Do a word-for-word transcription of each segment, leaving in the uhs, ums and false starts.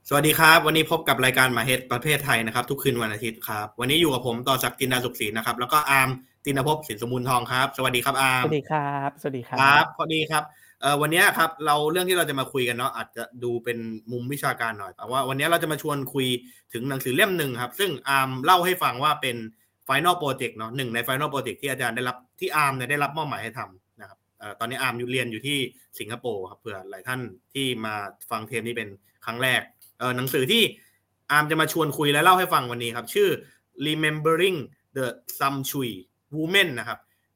สวัสดีครับวันนี้พบกับรายการหมาเฮดประเภทไทยนะครับทุกคืนวันอาทิตย์ครับวันนี้อยู่กับผมต่อศักดิ์จินดาสุขศรีนะครับแล้วก็อาร์มตินภพสินสมุนทองครับสวัสดีครับอาร์มสวัสดีครับสวัสดีคครับรับพอดีครับเอ่อวันนี้ครับเราเรื่องที่เราจะมาคุยกันเนาะอาจจะดูเป็นมุมวิชาการหน่อยแต่ว่าวันนี้เราจะมาชวนคุยถึงหนังสือเล่มหนึ่งครับซึ่งอาร์มเล่าให้ฟังว่าเป็น Final Project เนาะหนึ่งใน Final Project ที่อาจารย์ได้รับที่อาร์มเนี่ยได้รับมอบหมายให้ทำนะครับเอ่อตอนนี้อาร์มอยู่เรียนอยู่ที่สิงคโปร์ครับเผื่อหลายท่านที่มาฟังเทปนี้เป็นครั้งแรกเอ่อหนังสือที่อาร์มจะมาชวนคุยและเล่าให้ฟังวันนี้ครับชื่อ Remembering the Samshui Women นะครับ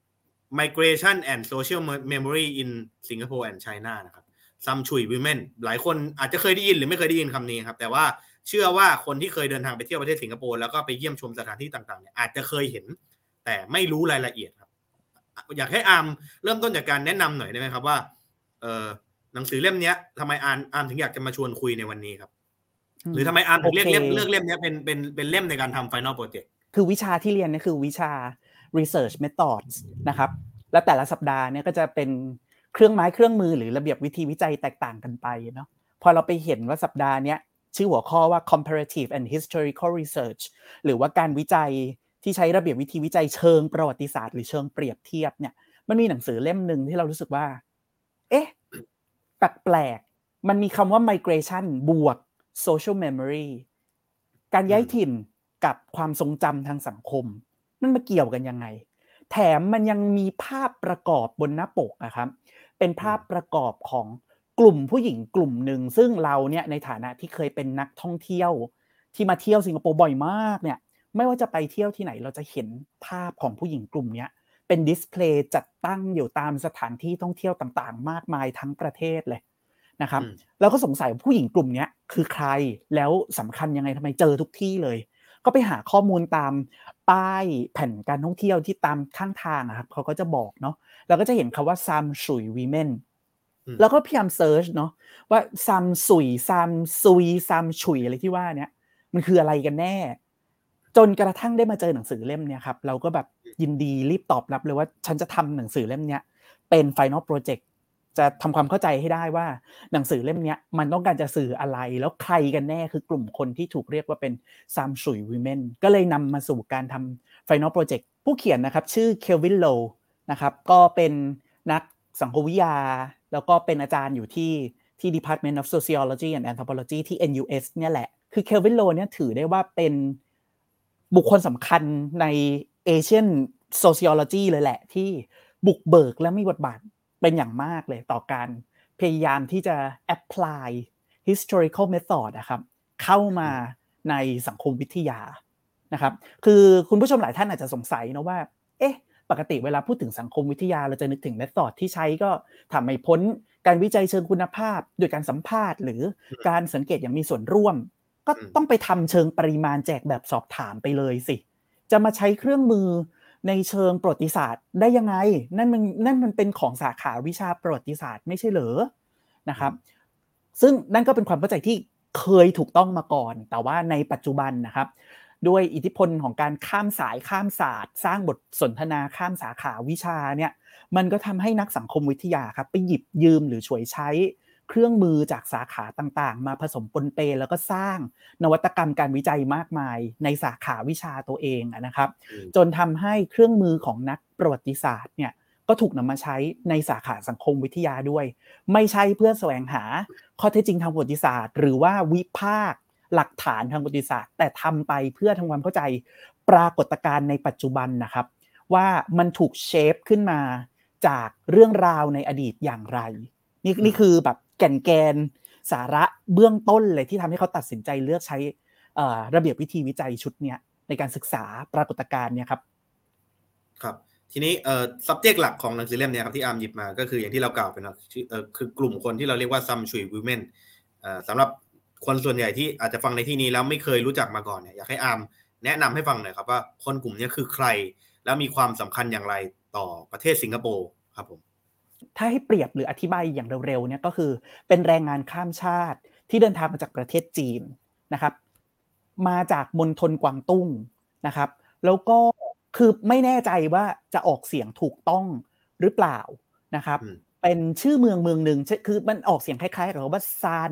Migration and Social Memory in Singapore and China นะครับ Samshui Women หลายคนอาจจะเคยได้ยินหรือไม่เคยได้ยินคำนี้ครับแต่ว่าเชื่อว่าคนที่เคยเดินทางไปเที่ยวประเทศสิงคโปร์แล้วก็ไปเยี่ยมชมสถานที่ต่างๆเนี่ยอาจจะเคยเห็นแต่ไม่รู้รายละเอียดครับอยากให้อาร์มเริ่มต้นจากการแนะนำหน่อยได้ไหมครับว่าเออหนังสือเล่มนี้ทำไมอาร์มอาร์มถึงอยากจะมาชวนคุยในวันนี้ครับหรือทำไมอาร์มถึงเรียกเล่มเลือกเล่มนี้เป็นเป็นเป็นเล่มในการทำ Final Project คือวิชาที่เรียนนี่คือวิชา research methods นะครับและแต่ละสัปดาห์เนี่ยก็จะเป็นเครื่องไม้เครื่องมือหรือระเบียบวิธีวิจัยแตกต่างกันไปเนาะพอเราไปเห็นว่าสัปดาห์นี้ชื่อหัวข้อว่า comparative and historical research หรือว่าการวิจัยที่ใช้ระเบียบวิธีวิจัยเชิงประวัติศาสตร์หรือเชิงเปรียบเทียบเนี่ยมันมีหนังสือเล่มนึงที่เรารู้สึกว่าเอ๊ะแปลกๆมันมีคำว่า migration บวก social memory การย้ายถิ่นกับความทรงจำทางสังคมมันมาเกี่ยวกันยังไงแถมมันยังมีภาพประกอบบนหน้าปกนะครับเป็นภาพประกอบของกลุ่มผู้หญิงกลุ่มหนึ่งซึ่งเราเนี่ยในฐานะที่เคยเป็นนักท่องเที่ยวที่มาเที่ยวสิงคโปร์บ่อยมากเนี่ยไม่ว่าจะไปเที่ยวที่ไหนเราจะเห็นภาพของผู้หญิงกลุ่มนี้เป็นดิสเพลย์จัดตั้งอยู่ตามสถานที่ท่องเที่ยวต่างๆมากมายทั้งประเทศเลยนะครับเราก็สงสัยว่าผู้หญิงกลุ่มนี้คือใครแล้วสำคัญยังไงทำไมเจอทุกที่เลยก็ไปหาข้อมูลตามป้ายแผ่นการท่องเที่ยวที่ตามข้างทางครับเขาก็จะบอกเนาะเราก็จะเห็นคำว่าซัมซุยวีเมนแล้วก็พยายามเซิร์ชเนาะว่าซัมซุยซัมซุยซัมชุยอะไรที่ว่าเนี่ยมันคืออะไรกันแน่จนกระทั่งได้มาเจอหนังสือเล่มเนี่ยครับเราก็แบบยินดีรีบตอบรับเลยว่าฉันจะทำหนังสือเล่มนี้เป็น Final Project จะทำความเข้าใจให้ได้ว่าหนังสือเล่มนี้มันต้องการจะสื่ออะไรแล้วใครกันแน่คือกลุ่มคนที่ถูกเรียกว่าเป็นซัมซุยวีเมนก็เลยนำมาสู่การทำ Final Project ผู้เขียนนะครับชื่อเคลวินโลนะครับก็เป็นนักสังคมวิทยาแล้วก็เป็นอาจารย์อยู่ที่ที่ Department of Sociology and Anthropology ที่ เอ็น ยู เอส เนี่ยแหละคือเคลวินโลเนี่ยถือได้ว่าเป็นบุคคลสำคัญใน Asian Sociology เลยแหละที่บุกเบิกและมีบทบาทเป็นอย่างมากเลยต่อการพยายามที่จะ apply historical method นะครับเข้ามาในสังคมวิทยานะครับคือคุณผู้ชมหลายท่านอาจจะสงสัยนะว่าเอ๊ะปกติเวลาพูดถึงสังคมวิทยาเราจะนึกถึง method ที่ใช้ก็ทำให้พ้นการวิจัยเชิงคุณภาพโดยการสัมภาษณ์หรือการสังเกตอย่างมีส่วนร่วมก็ต้องไปทำเชิงปริมาณแจกแบบสอบถามไปเลยสิจะมาใช้เครื่องมือในเชิงประวัติศาสตร์ได้ยังไงนั่นมันนั่นมันเป็นของสาขาวิชาประวัติศาสตร์ไม่ใช่เหรอนะครับซึ่งนั่นก็เป็นความเข้าใจที่เคยถูกต้องมาก่อนแต่ว่าในปัจจุบันนะครับด้วยอิทธิพลของการข้ามสายข้ามศาสตร์สร้างบทสนทนาข้ามสาขาวิชาเนี่ยมันก็ทำให้นักสังคมวิทยาครับไปหยิบยืมหรือฉวยใช้เครื่องมือจากสาขาต่างๆมาผสมปนเปแล้วก็สร้างนวัตกรรมการวิจัยมากมายในสาขาวิชาตัวเองนะครับจนทำให้เครื่องมือของนักประวัติศาสตร์เนี่ยก็ถูกนำมาใช้ในสาขาสังคมวิทยาด้วยไม่ใช่เพื่อแสวงหาข้อเท็จจริงทางประวัติศาสตร์หรือว่าวิพากษ์หลักฐานทางประวัติศาสตร์แต่ทำไปเพื่อทำความเข้าใจปรากฏการณ์ในปัจจุบันนะครับว่ามันถูกเชฟขึ้นมาจากเรื่องราวในอดีตอย่างไรนี่นี่คือแบบแก่นแกนสาระเบื้องต้นเลยที่ทำให้เขาตัดสินใจเลือกใช้ระเบียบวิธีวิจัยชุดนี้ในการศึกษาปรากฏการณ์เนี่ยครับครับทีนี้เอ่อ subject หลักของหนังสือเล่มนี้ครับที่อาร์มหยิบมาก็คืออย่างที่เรากล่าวไปเนาะเอ่อคือกลุ่มคนที่เราเรียกว่า Samshui Women เอ่อสำหรับคนส่วนใหญ่ที่อาจจะฟังในที่นี้แล้วไม่เคยรู้จักมาก่อนเนี่ยอยากให้อาร์มแนะนำให้ฟังหน่อยครับว่าคนกลุ่มนี้คือใครแล้วมีความสำคัญอย่างไรต่อประเทศสิงคโปร์ครับผมถ้าให้เปรียบหรืออธิบายอย่างเร็วๆเนี่ยก็คือเป็นแรงงานข้ามชาติที่เดินทางมาจากประเทศจีนนะครับมาจากมณฑลกวางตุ้งนะครับแล้วก็คือไม่แน่ใจว่าจะออกเสียงถูกต้องหรือเปล่านะครับเป็นชื่อเมืองเมืองหนึ่งคือมันออกเสียงคล้ายๆกับว่าซาน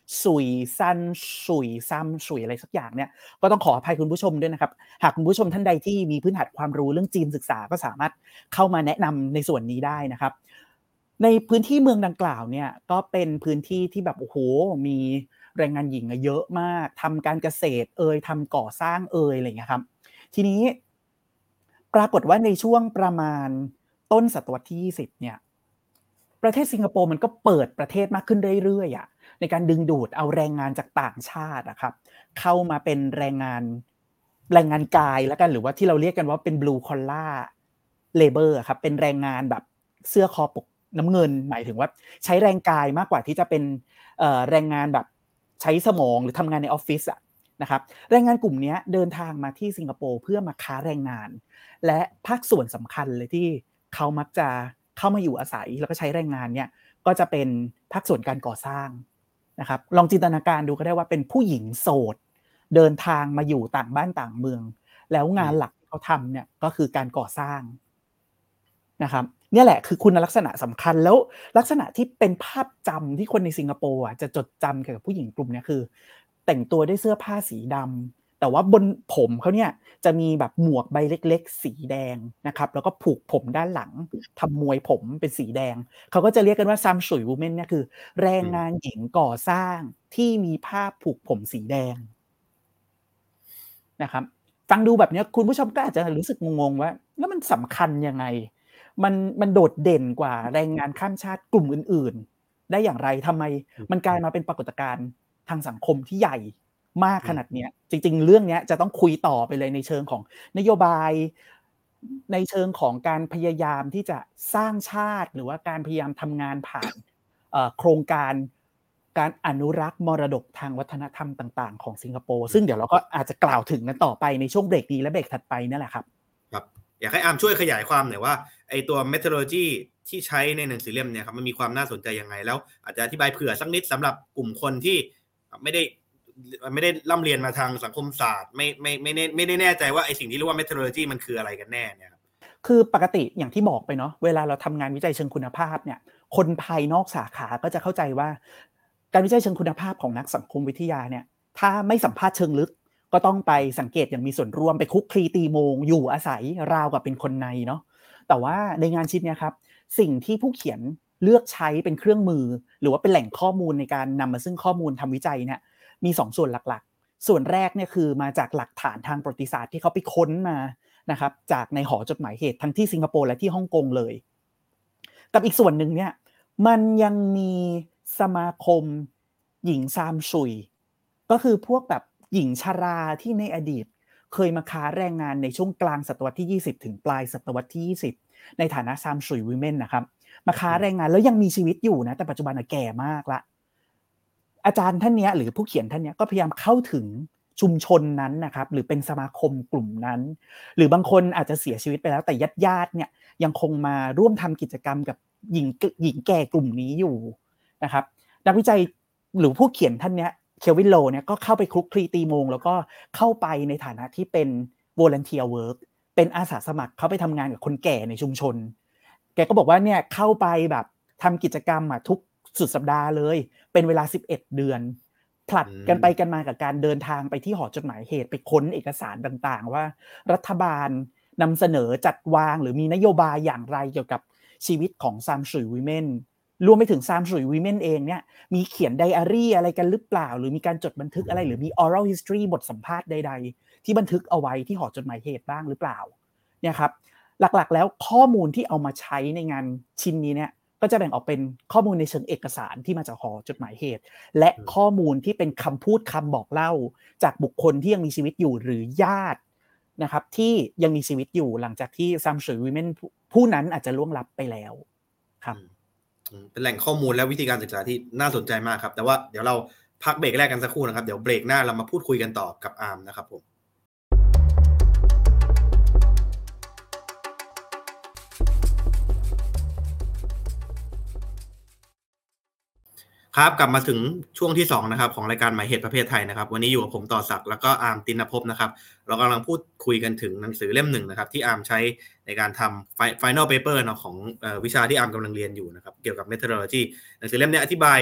สุยซันสุยซัมสุยอะไรสักอย่างเนี่ยก็ต้องขออภัยคุณผู้ชมด้วยนะครับหากคุณผู้ชมท่านใดที่มีพื้นฐานความรู้เรื่องจีนศึกษาก็สามารถเข้ามาแนะนำในส่วนนี้ได้นะครับในพื้นที่เมืองดังกล่าวเนี่ยก็เป็นพื้นที่ที่แบบโอ้โหมีแรงงานหญิงเยอะมากทำการเกษตรเอ่ยทำก่อสร้างเอ่ยอะไรอย่างเงี้ยครับทีนี้ปรากฏว่าในช่วงประมาณต้นศตวรรษที่ยี่สิบเนี่ยประเทศสิงคโปร์มันก็เปิดประเทศมากขึ้นเรื่อยๆอ่ะในการดึงดูดเอาแรงงานจากต่างชาติอะครับเข้ามาเป็นแรงงานแรงงานกายแล้วกันหรือว่าที่เราเรียกกันว่าเป็น blue collar labor อะครับเป็นแรงงานแบบเสื้อคอปกน้ำเงินหมายถึงว่าใช้แรงกายมากกว่าที่จะเป็นเอ่อแรงงานแบบใช้สมองหรือทำงานในออฟฟิศอะนะครับแรงงานกลุ่มนี้เดินทางมาที่สิงคโปร์เพื่อมาค้าแรงงานและภาคส่วนสำคัญเลยที่เขามักจะเข้ามาอยู่อาศัยแล้วก็ใช้แรงงานเนี่ยก็จะเป็นภาคส่วนการก่อสร้างนะครับลองจินตนาการดูก็ได้ว่าเป็นผู้หญิงโสดเดินทางมาอยู่ต่างบ้านต่างเมืองแล้วงานหลักที่เขาทำเนี่ยก็คือการก่อสร้างนะครับเนี่ยแหละคือคุณลักษณะสำคัญแล้วลักษณะที่เป็นภาพจำที่คนในสิงคโปร์อ่ะจะจดจำเกี่ยวกับผู้หญิงกลุ่มนี้คือแต่งตัวด้วยเสื้อผ้าสีดำแต่ว่าบนผมเขาเนี่ยจะมีแบบหมวกใบเล็กๆสีแดงนะครับแล้วก็ผูกผมด้านหลังทำมวยผมเป็นสีแดงเขาก็จะเรียกกันว่าซัมสุยวูแมนเนี่ยคือแรงงานหญิงก่อสร้างที่มีผ้าผูกผมสีแดงนะครับฟังดูแบบนี้คุณผู้ชมก็อาจจะรู้สึกงงๆว่าแล้วมันสำคัญยังไงมันมันโดดเด่นกว่าแรงงานข้ามชาติกลุ่มอื่นๆได้อย่างไรทำไมมันกลายมาเป็นปรากฏการณ์ทางสังคมที่ใหญ่มากขนาดนี้จริงๆเรื่องนี้จะต้องคุยต่อไปเลยในเชิงของนโยบายในเชิงของการพยายามที่จะสร้างชาติหรือว่าการพยายามทำงานผ่านโครงการการอนุรักษ์มรดกทางวัฒนธรรมต่างๆของสิงคโปร์ซึ่งเดี๋ยวเราก็อาจจะกล่าวถึงกันต่อไปในช่วงเบรกนี้และเบรกถัดไปนั่นแหละครับครับอยากให้อาร์มช่วยขยายความหน่อยว่าไอตัว methodology ที่ใช้ในหนังสือเล่มเนี่ยครับมันมีความน่าสนใจยังไงแล้วอาจจะอธิบายเผื่อสักนิดสำหรับกลุ่มคนที่ไม่ได้ไม่ได้ร่ำเรียนมาทางสังคมศาสตร์ไม่ไม่ไม่ไม่ไม่ได้แน่ใจว่าไอสิ่งที่เรียกว่า methodology มันคืออะไรกันแน่เนี่ยครับคือปกติอย่างที่บอกไปเนาะเวลาเราทำงานวิจัยเชิงคุณภาพเนี่ยคนภายนอกสาขาก็จะเข้าใจว่าการวิจัยเชิงคุณภาพของนักสังคมวิทยาเนี่ยถ้าไม่สัมภาษณ์เชิงลึกก็ต้องไปสังเกตอย่างมีส่วนร่วมไปคุกคลีตีโมงอยู่อาศัยราวกับเป็นคนในเนาะแต่ว่าในงานชิ้นนี้ครับสิ่งที่ผู้เขียนเลือกใช้เป็นเครื่องมือหรือว่าเป็นแหล่งข้อมูลในการนำมาซึ่งข้อมูลทำวิจัยเนี่ยมีสองส่วนหลักๆส่วนแรกเนี่ยคือมาจากหลักฐานทางประวัติศาสตร์ที่เขาไปค้นมานะครับจากในหอจดหมายเหตุทั้งที่สิงคโปร์และที่ฮ่องกงเลยกับอีกส่วนหนึ่งเนี่ยมันยังมีสมาคมหญิงซามซุยก็คือพวกแบบหญิงชราที่ในอดีตเคยมาค้าแรงงานในช่วงกลางศตวรรษที่ยี่สิบถึงปลายศตวรรษที่ยี่สิบในฐานะซามซุยวีเมนนะครับมาค้าแรงงานแล้วยังมีชีวิตอยู่นะแต่ปัจจุบันแก่มากละอาจารย์ท่านนี้หรือผู้เขียนท่านนี้ก็พยายามเข้าถึงชุมชนนั้นนะครับหรือเป็นสมาคมกลุ่มนั้นหรือบางคนอาจจะเสียชีวิตไปแล้วแต่ญาติๆเนี่ยยังคงมาร่วมทำกิจกรรมกับหญิงหญิงแก่กลุ่มนี้อยู่นะครับนักวิจัยหรือผู้เขียนท่านนี้เคลวินโลเนี่ยก็เข้าไปคลุกคลีตีโมงแล้วก็เข้าไปในฐานะที่เป็น volunteer work เป็นอาสาสมัครเข้าไปทำงานกับคนแก่ในชุมชนแกก็บอกว่าเนี่ยเข้าไปแบบทำกิจกรรมอ่ะทุกสุดสัปดาห์เลยเป็นเวลาสิบเอ็ดเดือนผลัดกันไปกันมากับการเดินทางไปที่หอจดหมายเหตุไปค้นเอกสารต่างๆว่ารัฐบาลนำเสนอจัดวางหรือมีนโยบายอย่างไรเกี่ยวกับชีวิตของซามซุยวีเมนรวมไปถึงซามซุยวีเมนเองเนี่ยมีเขียนไดอารี่อะไรกันหรือเปล่าหรือมีการจดบันทึกอะไรหรือมี oral history บทสัมภาษณ์ใดๆที่บันทึกเอาไว้ที่หอจดหมายเหตุบ้างหรือเปล่าเนี่ยครับหลักๆแล้วข้อมูลที่เอามาใช้ในงานชิ้นนี้เนี่ยก็จะแบ่งออกเป็นข้อมูลในเชิงเอกสารที่มาจากหอจดหมายเหตุและข้อมูลที่เป็นคำพูดคำบอกเล่าจากบุคคลที่ยังมีชีวิตอยู่หรือญาตินะครับที่ยังมีชีวิตอยู่หลังจากที่ซามซุยวีเมนผู้นั้นอาจจะล่วงลับไปแล้วครับเป็นแหล่งข้อมูลและวิธีการศึกษาที่น่าสนใจมากครับแต่ว่าเดี๋ยวเราพักเบรกแรกกันสักครู่นะครับเดี๋ยวเบรกหน้าเรามาพูดคุยกันต่อกับอาร์มนะครับผมครับกลับมาถึงช่วงที่สองนะครับของรายการหมายเหตุประเภทไทยนะครับวันนี้อยู่กับผมต่อศักดิ์แล้วก็อาร์มตินภพนะครับเรากำลังพูดคุยกันถึงหนังสือเล่มหนึ่งนะครับที่อาร์มใช้ในการทำ final paper เนาะของเอ่อวิชาที่อาร์มกำลังเรียนอยู่นะครับเกี่ยวกับ methodology หนังสือเล่มนี้อธิบาย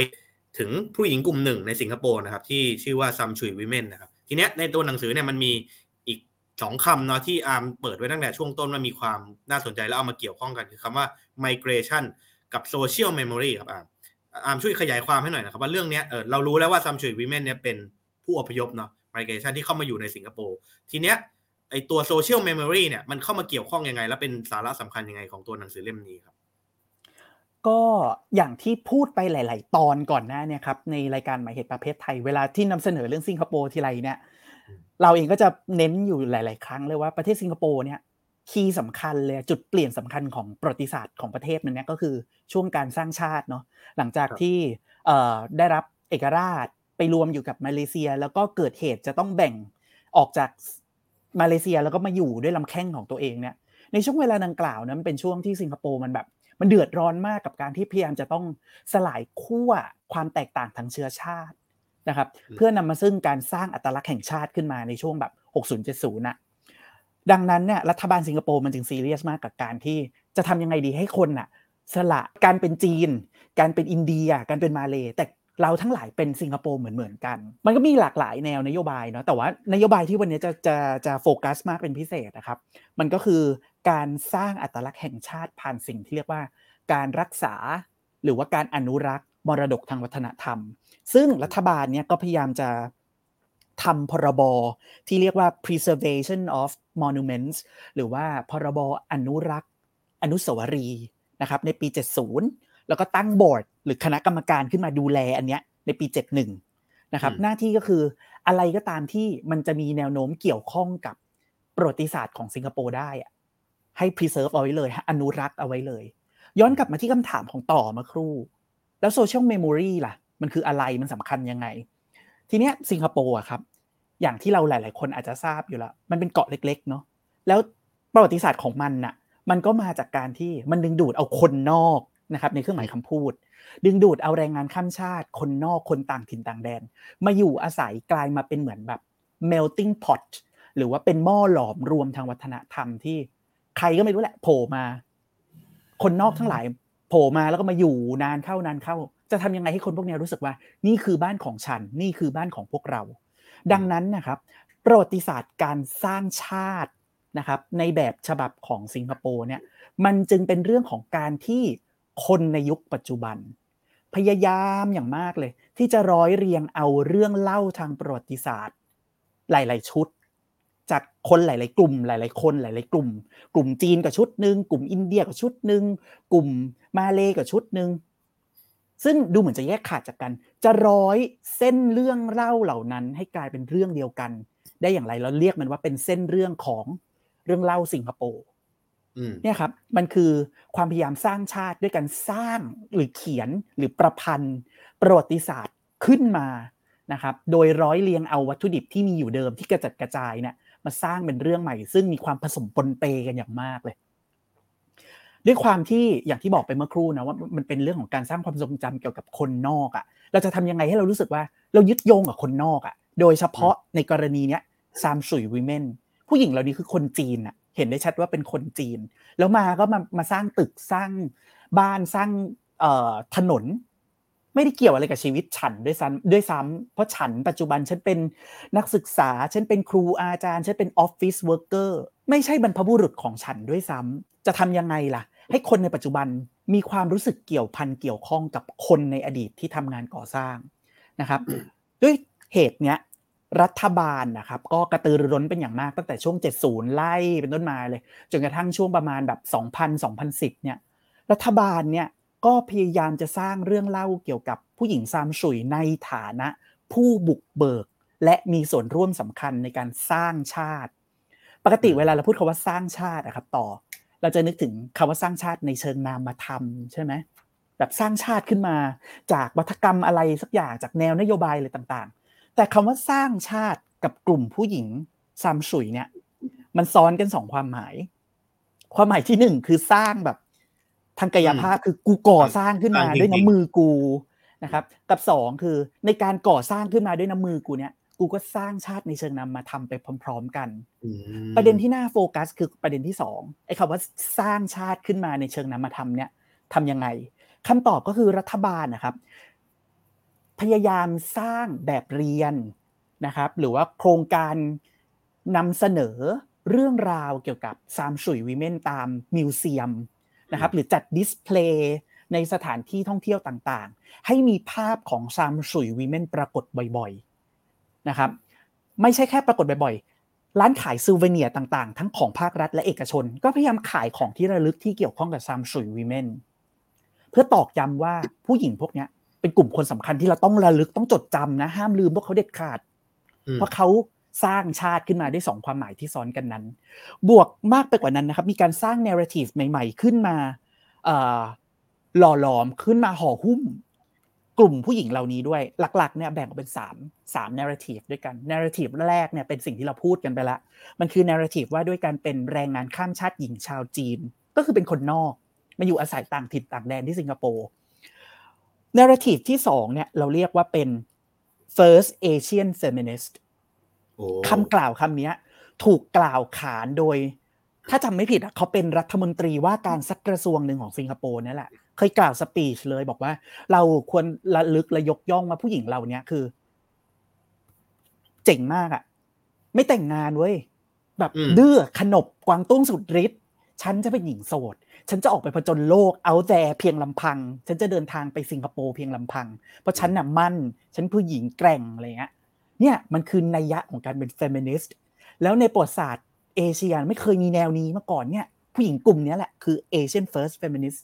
ถึงผู้หญิงกลุ่มหนึ่งในสิงคโปร์นะครับที่ชื่อว่าซัมชุยวิเมนนะครับทีเนี้ยในตัวหนังสือเนี่ยมันมีอีกสองคำเนาะที่อาร์มเปิดไว้ตั้งแต่ช่วงต้นว่ามีความน่าสนใจแล้วเอามาเกี่ยวข้องกันคือคำว่า migration กับ social memory ครับอาร์มอาร์มช่วยขยายความให้หน่อยนะครับว่าเรื่องนี้เออเรารู้แล้วว่าซัมชุยวิเมนเนี่ยเป็นผู้อพยพเนาะ migration ที่เข้ามาอยู่ในสิงคโปร์ทีเนี้ยไอตัว social memory เนี่ยมันเข้ามาเกี่ยวข้องยังไงและเป็นสาระสำคัญยังไงของตัวหนังสือเล่มนี้ครับก็อย่างที่พูดไปหลายๆตอนก่อนหน้าเนี่ยครับในรายการหมายเหตุประเภทไทยเวลาที่นำเสนอเรื่องสิงคโปร์ทีไรเนี่ยเราเองก็จะเน้นอยู่หลายๆครั้งเลยว่าประเทศสิงคโปร์เนี่ยคีย์สำคัญเลยจุดเปลี่ยนสำคัญของประวัติศาสตร์ของประเทศมันเนี่ยก็คือช่วงการสร้างชาติเนาะหลังจากที่เอ่อได้รับเอกราชไปรวมอยู่กับมาเลเซียแล้วก็เกิดเหตุจะต้องแบ่งออกจากมาเลเซียแล้วก็มาอยู่ด้วยลำแข้งของตัวเองเนี่ยในช่วงเวลาดังกล่าวนั้นเป็นช่วงที่สิงคโปร์มันแบบมันเดือดร้อนมากกับการที่พยายามจะต้องสลายขั้วความแตกต่างทางเชื้อชาตินะครับเพื่อนำมาซึ่งการสร้างอัตลักษณ์แห่งชาติขึ้นมาในช่วงแบบหกสิบ เจ็ดสิบน่ะดังนั้นเนี่ยรัฐบาลสิงคโปร์มันจึงซีเรียสมากกับการที่จะทำยังไงดีให้คนน่ะสละการเป็นจีนการเป็นอินเดียการเป็นมาเลย์แต่เราทั้งหลายเป็นสิงคโปร์เหมือนๆกันมันก็มีหลากหลายแนวนโยบายเนาะแต่ว่านโยบายที่วันนี้จะจะจะโฟกัสมากเป็นพิเศษนะครับมันก็คือการสร้างอัตลักษณ์แห่งชาติผ่านสิ่งที่เรียกว่าการรักษาหรือว่าการอนุรักษ์มรดกทางวัฒนธรรมซึ่งรัฐบาลเนี่ยก็พยายามจะทำพรบที่เรียกว่า preservation of monuments หรือว่าพรบอนุรักษ์อนุสาวรีย์นะครับในปีเจ็ดสิบแล้วก็ตั้งบอร์ดหรือคณะกรรมการขึ้นมาดูแลอันเนี้ยในปีเจ็ดสิบเอ็ดนะครับหน้าที่ก็คืออะไรก็ตามที่มันจะมีแนวโน้มเกี่ยวข้องกับประวัติศาสตร์ของสิงคโปร์ได้อะให้ preserve เอาไว้เลยอนุรักษ์เอาไว้เลยย้อนกลับมาที่คำถามของต่อมาครู่แล้วโซเชียลเมมโมรีล่ะมันคืออะไรมันสำคัญยังไงทีเนี้ยสิงคโปร์อะครับอย่างที่เราหลายๆคนอาจจะทราบอยู่แล้วมันเป็นเกาะเล็กๆเนาะแล้วประวัติศาสตร์ของมันน่ะมันก็มาจากการที่มันดึงดูดเอาคนนอกนะครับในเครื่องหมายคำพูดดึงดูดเอาแรงงานข้ามชาติคนนอกคนต่างถิ่นต่างแดนมาอยู่อาศัยกลายมาเป็นเหมือนแบบ melting pot หรือว่าเป็นหม้อหลอมรวมทางวัฒนธรรมที่ใครก็ไม่รู้แหละโผล่มาคนนอกทั้งหลายโผล่มาแล้วก็มาอยู่นานเข้านานเข้าจะทำยังไงให้คนพวกนี้รู้สึกว่านี่คือบ้านของฉันนี่คือบ้านของพวกเราดังนั้นนะครับประวัติศาสตร์การสร้างชาตินะครับในแบบฉบับของสิงคโปร์เนี่ยมันจึงเป็นเรื่องของการที่คนในยุคปัจจุบันพยายามอย่างมากเลยที่จะร้อยเรียงเอาเรื่องเล่าทางประวัติศาสตร์หลายๆชุดจากคนหลายๆกลุ่มหลายๆคนหลายๆกลุ่มกลุ่มจีนกับชุดนึงกลุ่มอินเดียกับชุดนึงกลุ่มมาเลย์กับชุดนึงซึ่งดูเหมือนจะแยกขาดจากกันจะร้อยเส้นเรื่องเล่าเหล่านั้นให้กลายเป็นเรื่องเดียวกันได้อย่างไรเราเรียกมันว่าเป็นเส้นเรื่องของเรื่องเล่าสิงคโปร์เนี่ยครับมันคือความพยายามสร้างชาติด้วยการสร้างหรือเขียนหรือประพันธ์ประวัติศาสตร์ขึ้นมานะครับโดยร้อยเรียงเอาวัตถุดิบที่มีอยู่เดิมที่กระจัดกระจายเนี่ยมาสร้างเป็นเรื่องใหม่ซึ่งมีความผสมปนเปกันอย่างมากเลยด้วยความที่อย่างที่บอกไปเมื่อครู่นะว่ามันเป็นเรื่องของการสร้างความทรงจำเกี่ยวกับคนนอกอ่ะเราจะทำยังไงให้เรารู้สึกว่าเรายึดโยงกับคนนอกอ่ะโดยเฉพาะในกรณีเนี้ยซามสุยวิเมนผู้หญิงเหล่านี้คือคนจีนอ่ะเห็นได้ชัดว่าเป็นคนจีนแล้วมาก็มามาสร้างตึกสร้างบ้านสร้างเอ่อถนนไม่ได้เกี่ยวอะไรกับชีวิตฉันด้วยซ้ำด้วยซ้ำเพราะฉันปัจจุบันฉันเป็นนักศึกษาฉันเป็นครูอาจารย์ฉันเป็นออฟฟิศเวิร์กเกอร์ไม่ใช่บรรพบุรุษของฉันด้วยซ้ำจะทำยังไงล่ะให้คนในปัจจุบันมีความรู้สึกเกี่ยวพันเกี่ยวข้องกับคนในอดีตที่ทำงานก่อสร้างนะครับด้วยเหตุเนี้ยรัฐบาลนะครับก็กระตือรือร้นเป็นอย่างมากตั้งแต่ช่วงเจ็ดสิบไล่เป็นต้นมาเลยจนกระทั่งช่วงประมาณแบบสองพัน สองพันสิบเนี่ยรัฐบาลเนี่ยก็พยายามจะสร้างเรื่องเล่าเกี่ยวกับผู้หญิงซามสุยในฐานะผู้บุกเบิกและมีส่วนร่วมสำคัญในการสร้างชาติปกติเวลาเราพูดคำว่าสร้างชาตินะครับต่อเราจะนึกถึงคำว่าสร้างชาติในเชิงนามธรรมใช่ไหมแบบสร้างชาติขึ้นมาจากวัฒกรรมอะไรสักอย่างจากแนวนโยบายอะไรต่างๆแต่คำว่าสร้างชาติกับกลุ่มผู้หญิงซามสุยเนี่ยมันซ้อนกันสองความหมายความหมายที่หนึ่งคือสร้างแบบทางกายภาพคือกูก่อสร้างขึ้นมาด้วยน้ำมือกูนะครับกับสองคือในการก่อสร้างขึ้นมาด้วยน้ำมือกูเนี่ยกูก็สร้างชาติในเชิงนามธรรมไปพร้อมๆกันประเด็นที่น่าโฟกัสคือประเด็นที่สองไอ้คำว่าสร้างชาติขึ้นมาในเชิงนามธรรมเนี่ยทำยังไงคำตอบก็คือรัฐบาลนะครับพยายามสร้างแบบเรียนนะครับหรือว่าโครงการนำเสนอเรื่องราวเกี่ยวกับซามสุยวีเมนตามมิวเซียมนะครับหรือจัดดิสเพลย์ในสถานที่ท่องเที่ยวต่างๆให้มีภาพของซามสุยวีเมนปรากฏบ่อยๆนะครับไม่ใช่แค่ปรากฏบ่อยๆร้านขายซูเวเนียร์ต่างๆทั้งของภาครัฐและเอกชนก็พยายามขายของที่ระลึกที่เกี่ยวข้องกับซามสุยวีเมนเพื่อตอกย้ำว่าผู้หญิงพวกนี้เป็นกลุ่มคนสำคัญที่เราต้องระลึกต้องจดจำนะห้ามลืมพวกเขาเด็ดขาดเพราะเขาสร้างชาติขึ้นมาได้สองความหมายที่ซ้อนกันนั้นบวกมากไปกว่านั้นนะครับมีการสร้างเนเรทีฟใหม่ๆขึ้นมาหล่อหลอมขึ้นมาห่อหุ้มกลุ่มผู้หญิงเหล่านี้ด้วยหลักๆเนี่ยแบ่งออกเป็น3 3 narrative ด้วยกัน narrative แรกเนี่ยเป็นสิ่งที่เราพูดกันไปละมันคือ narrative ว่าด้วยการเป็นแรงงานข้ามชาติหญิงชาวจีนก็คือเป็นคนนอกมาอยู่อาศัยต่างถิ่นต่างแดนที่สิงคโปร์ narrative ที่สองเนี่ยเราเรียกว่าเป็น first Asian feminist คำกล่าวคำนี้ถูกกล่าวขานโดยถ้าจำไม่ผิดเขาเป็นรัฐมนตรีว่าการสักกระทรวงหนึ่งของสิงคโปร์นั่นแหละเคยกล่าวสปีชเลยบอกว่าเราควรระลึกและยกย่องว่าผู้หญิงเราเนี้ยคือเจ๋งมากอ่ะไม่แต่งงานเว้ยแบบดื้อขนบกวางตุ้งสุดฤทธิ์ฉันจะเป็นหญิงโสดฉันจะออกไปผจญโลกเอาแต่เพียงลำพังฉันจะเดินทางไปสิงคโปร์เพียงลำพังเพราะฉันน่ะมั่นฉันผู้หญิงแกร่งอะไรเงี้ยเนี่ยมันคือนัยยะของการเป็นเฟมินิสต์แล้วในประวัติศาสตร์เอเชียไม่เคยมีแนวนี้มาก่อนเนี่ยผู้หญิงกลุ่มนี้แหละคือ Asian First Feminist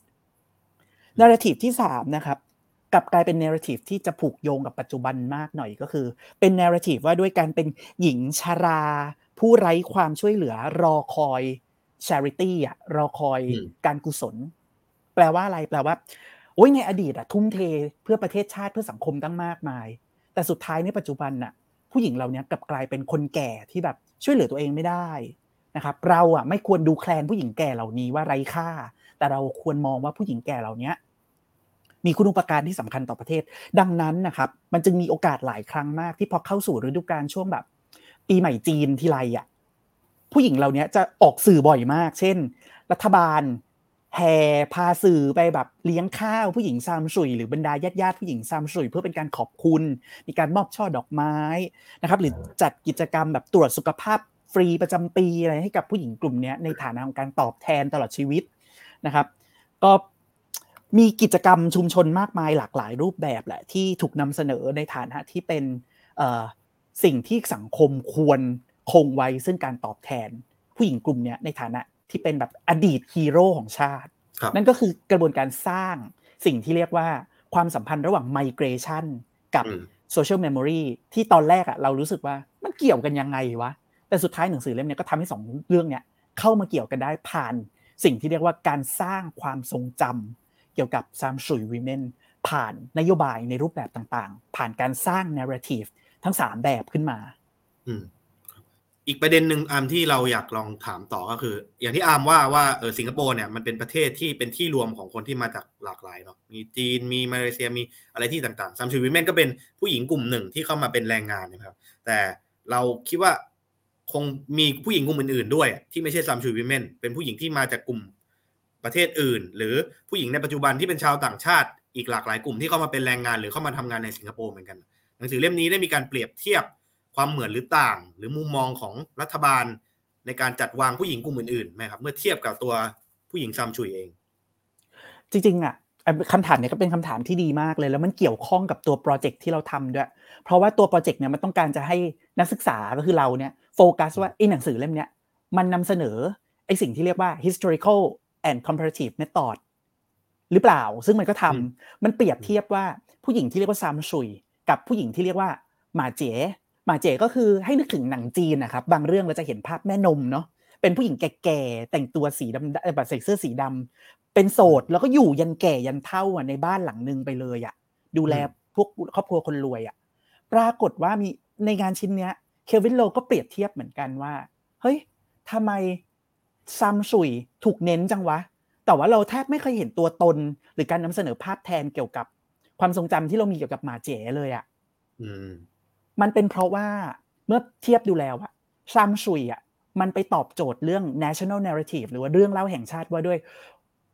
narrative ที่สามนะครับกลับกลายเป็น narrative ที่จะผูกโยงกับปัจจุบันมากหน่อยก็คือเป็น narrative ว่าด้วยการเป็นหญิงชราผู้ไร้ความช่วยเหลือรอคอย charity อ่ะรอคอยการกุศลแปลว่าอะไรแปลว่าโอ้ยในอดีตอ่ะทุ่มเทเพื่อประเทศชาติเพื่อสังคมตั้งมากมายแต่สุดท้ายในปัจจุบันน่ะผู้หญิงเราเนี้ยกลับกลายเป็นคนแก่ที่แบบช่วยเหลือตัวเองไม่ได้นะครับเราอ่ะไม่ควรดูแคลนผู้หญิงแก่เหล่านี้ว่าไร้ค่าแต่เราควรมองว่าผู้หญิงแก่เหล่านี้มีคุณูปการที่สำคัญต่อประเทศดังนั้นนะครับมันจึงมีโอกาสหลายครั้งมากที่พอเข้าสู่ฤดูกาลช่วงแบบปีใหม่จีนทีไรอ่ะผู้หญิงเหล่านี้จะออกสื่อบ่อยมากเช่นรัฐบาลแห่พาสื่อไปแบบเลี้ยงข้าวผู้หญิงซามสุยหรือบรรดาญาติๆผู้หญิงซามสุยเพื่อเป็นการขอบคุณมีการมอบช่อดอกไม้นะครับหรือจัดกิจกรรมแบบตรวจสุขภาพฟรีประจำปีอะไรให้กับผู้หญิงกลุ่มนี้ในฐานะของการตอบแทนตลอดชีวิตนะครับก็มีกิจกรรมชุมชนมากมายหลากหลายรูปแบบแหละที่ถูกนำเสนอในฐานะที่เป็นสิ่งที่สังคมควรคงไว้ซึ่งการตอบแทนผู้หญิงกลุ่มนี้ในฐานะที่เป็นแบบอดีตฮีโร่ของชาตินั่นก็คือกระบวนการสร้างสิ่งที่เรียกว่าความสัมพันธ์ระหว่าง migration กับ social memory ที่ตอนแรกอะเรารู้สึกว่ามันเกี่ยวกันยังไงวะแต่สุดท้ายหนังสือเล่มนี้ก็ทำให้สองเรื่องเนี้ยเข้ามาเกี่ยวกันได้ผ่านสิ่งที่เรียกว่าการสร้างความทรงจำเกี่ยวกับซามสุยวีเมนผ่านนโยบายในรูปแบบต่างๆผ่านการสร้าง narrative ทั้งสามแบบขึ้นมาอืมอีกประเด็นหนึ่งอาร์มที่เราอยากลองถามต่อก็คืออย่างที่อาร์มว่าว่าเออสิงคโปร์เนี่ยมันเป็นประเทศที่เป็นที่รวมของคนที่มาจากหลากหลายเนาะมีจีนมีมาเลเซียมีอะไรที่ต่างๆซามสุยวีเมนก็เป็นผู้หญิงกลุ่มหนึ่งที่เข้ามาเป็นแรงงานนะครับแต่เราคิดว่าคงมีผู้หญิงกลุ่มอื่นๆด้วยที่ไม่ใช่ซามสุยวีเมนเป็นผู้หญิงที่มาจากกลุ่มประเทศอื่นหรือผู้หญิงในปัจจุบันที่เป็นชาวต่างชาติอีกหลากหลายกลุ่มที่เข้ามาเป็นแรงงานหรือเข้ามาทำงานในสิงคโปร์เหมือนกันหนังสือเล่มนี้ได้มีการเปรียบเทียบความเหมือนหรือต่างหรือมุมมองของรัฐบาลในการจัดวางผู้หญิงกลุ่มอื่นๆไหมครับเมื่อเทียบกับตัวผู้หญิงซามสุยเองจริงๆอ่ะคำถามนี้ก็เป็นคำถามที่ดีมากเลยแล้วมันเกี่ยวข้องกับตัวโปรเจกต์ที่เราทำด้วยเพราะว่าตัวโปรเจกต์เนี่ยมันต้องการจะให้นักศึกษาก็คือเราเนี่ยโฟกัสว่าไอ้หนังสือเล่มนี้มันนำเสนอไอ้สิ่งที่เรียกว่า historical and comparative method หรือเปล่าซึ่งมันก็ทำมันเปรียบเทียบว่าผู้หญิงที่เรียกว่าซามสุยกับผู้หญิงที่เรียกว่าหมาเจ๋หมาเจ๋ก็คือให้นึกถึงหนังจีนนะครับบางเรื่องเราจะเห็นภาพแม่นมเนาะเป็นผู้หญิงแก่ๆแต่งตัวสีดำแบบใส่เสื้อสีดำเป็นโสดแล้วก็อยู่ยันแก่ยันเฒ่าอ่ะในบ้านหลังนึงไปเลยอ่ะดูแลพวกครอบครัวคนรวยอ่ะปรากฏว่ามีในงานชิ้นเนี้ยเคลวินโลก็เปรียบเทียบเหมือนกันว่าเฮ้ยทำไมซามสุยถูกเน้นจังวะแต่ว่าเราแทบไม่เคยเห็นตัวตนหรือการนำเสนอภาพแทนเกี่ยวกับความทรงจำที่เรามีเกี่ยวกับหมาเจ๋เลยอ่ะมันเป็นเพราะว่าเมื่อเทียบดูแล้วอะซามสุยอะมันไปตอบโจทย์เรื่อง national narrative หรือว่าเรื่องเล่าแห่งชาติว่าด้วย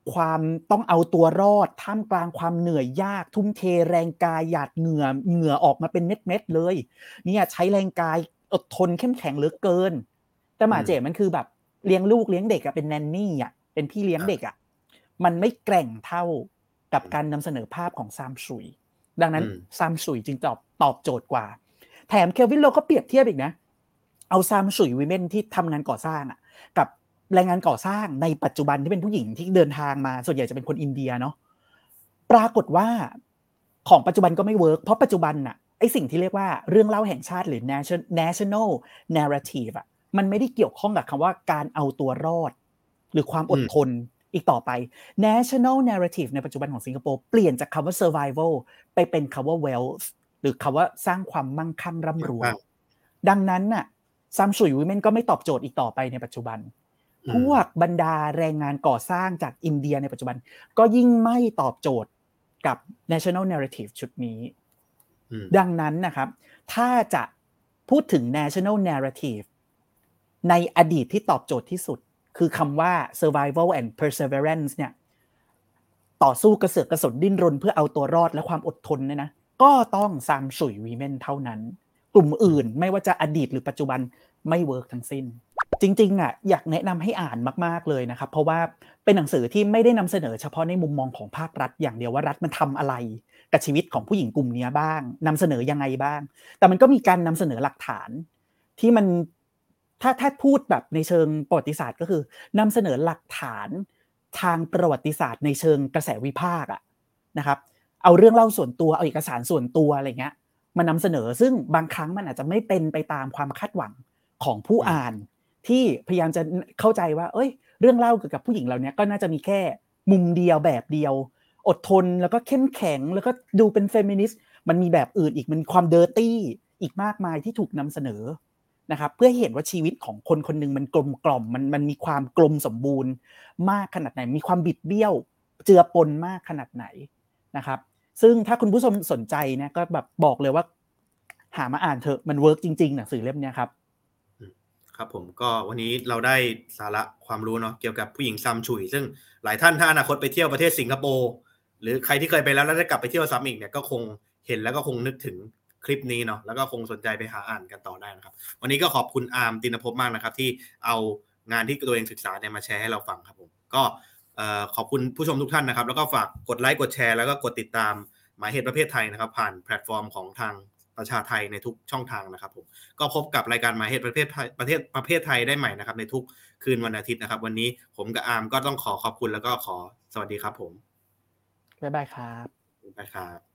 ความต้องเอาตัวรอดท่ามกลางความเหนื่อยยากทุ่มเทแรงกายหยาดเหงื่อเหงื่อออกมาเป็นเม็ดๆเลยเนี่ยใช้แรงกายอดทนเข้มแข็งเหลือเกินแต่หมาเจ๋มันคือแบบเลี้ยงลูกเลี้ยงเด็กอะเป็นแนนนี่อะเป็นพี่เลี้ยงเด็กอะมันไม่แกร่งเท่ากับการนำเสนอภาพของซามซุยดังนั้นซามซุยจึงตอบตอบโจทย์กว่าแถมเคลวินโลก็เปรียบเทียบอีกนะเอาซามซุยวีเมนที่ทำงานก่อสร้างอะกับแรงงานก่อสร้างในปัจจุบันที่เป็นผู้หญิงที่เดินทางมาส่วนใหญ่จะเป็นคนอินเดียเนาะปรากฏว่าของปัจจุบันก็ไม่เวิร์กเพราะปัจจุบันน่ะไอสิ่งที่เรียกว่าเรื่องเล่าแห่งชาติหรือ national narrative อ่ะมันไม่ได้เกี่ยวข้องกับคำว่าการเอาตัวรอดหรือความอดทนอีกต่อไป national narrative ในปัจจุบันของสิงคโปร์เปลี่ยนจากคำว่า survival ไปเป็นคำว่า wealth หรือคำว่าสร้างความมั่งคั่งร่ำรวยดังนั้นน่ะซัมซุยวีเมนก็ไม่ตอบโจทย์อีกต่อไปในปัจจุบันพวกบรรดาแรงงานก่อสร้างจากอินเดียในปัจจุบันก็ยิ่งไม่ตอบโจทย์กับ national narrative ชุดนี้ดังนั้นนะครับถ้าจะพูดถึง national narrative ในอดีตที่ตอบโจทย์ที่สุดคือคำว่า survival and perseverance เนี่ยต่อสู้กระเสือกกระสนดิ้นรนเพื่อเอาตัวรอดและความอดทนเนี่ยนะก็ต้องซามซุยวีเมนเท่านั้นกลุ่มอื่นไม่ว่าจะอดีตหรือปัจจุบันไม่เวิร์กทั้งสิ้นจริงๆอ่ะอยากแนะนำให้อ่านมากๆเลยนะครับเพราะว่าเป็นหนังสือที่ไม่ได้นำเสนอเฉพาะในมุมมองของภาครัฐอย่างเดียวว่ารัฐมันทำอะไรกับชีวิตของผู้หญิงกลุ่มนี้บ้างนำเสนอยังไงบ้างแต่มันก็มีการนำเสนอหลักฐานที่มันถ้าถ้าพูดแบบในเชิงประวัติศาสตร์ก็คือนำเสนอหลักฐานทางประวัติศาสตร์ในเชิงกระแสวิพากษ์อ่ะนะครับเอาเรื่องเล่าส่วนตัวเอาเอกสารส่วนตัวอะไรเงี้ยมานำเสนอซึ่งบางครั้งมันอาจจะไม่เป็นไปตามความคาดหวังของผู้อ่านที่พยายามจะเข้าใจว่าเอ้ยเรื่องเล่าเกี่ยวกับผู้หญิงเหล่านี้ก็น่าจะมีแค่มุมเดียวแบบเดียวอดทนแล้วก็เข้มแข็งแล้วก็ดูเป็นเฟมินิสต์มันมีแบบอื่นอีกมันความเดอร์ตี้อีกมากมายที่ถูกนำเสนอนะครับเพื่อให้เห็นว่าชีวิตของคนคนนึงมันกลมกล่อมมันมันมีความกลมสมบูรณ์มากขนาดไหนมีความบิดเบี้ยวเจือปนมากขนาดไหนนะครับซึ่งถ้าคุณผู้ชมสนใจเนี่ยก็แบบบอกเลยว่าหามาอ่านเถอะมันเวิร์กจริงๆหนังสือเล่มนี้ครับครับผมก็วันนี้เราได้สาระความรู้เนาะเกี่ยวกับผู้หญิงซามซุยซึ่งหลายท่านถ้าอนาคตไปเที่ยวประเทศสิงคโปร์หรือใครที่เคยไปแล้วแล้วได้กลับไปเที่ยวซ้ำอีกเนี่ยก็คงเห็นแล้วก็คงนึกถึงคลิปนี้เนาะแล้วก็คงสนใจไปหาอ่านกันต่อได้นะครับวันนี้ก็ขอบคุณอาร์มตินภพมากนะครับที่เอางานที่ตัวเองศึกษาเนี่ยมาแชร์ให้เราฟังครับผมก็ขอบคุณผู้ชมทุกท่านนะครับแล้วก็ฝากกดไลค์กดแชร์แล้วก็กดติดตามหมายเหตุประเภทไทยนะครับผ่านแพลตฟอร์มของทางประชาไทยในทุกช่องทางนะครับผมก็พบกับรายการหมายเหตุประเภทประเทศประเภทไทยได้ใหม่นะครับในทุกคืนวันอาทิตย์นะครับวันนี้ผมกับอาร์มก็ต้องขอขอบคุณแล้วก็ขอสวัสดีครับผมบ๊ายบายครับบ๊ายบายครับ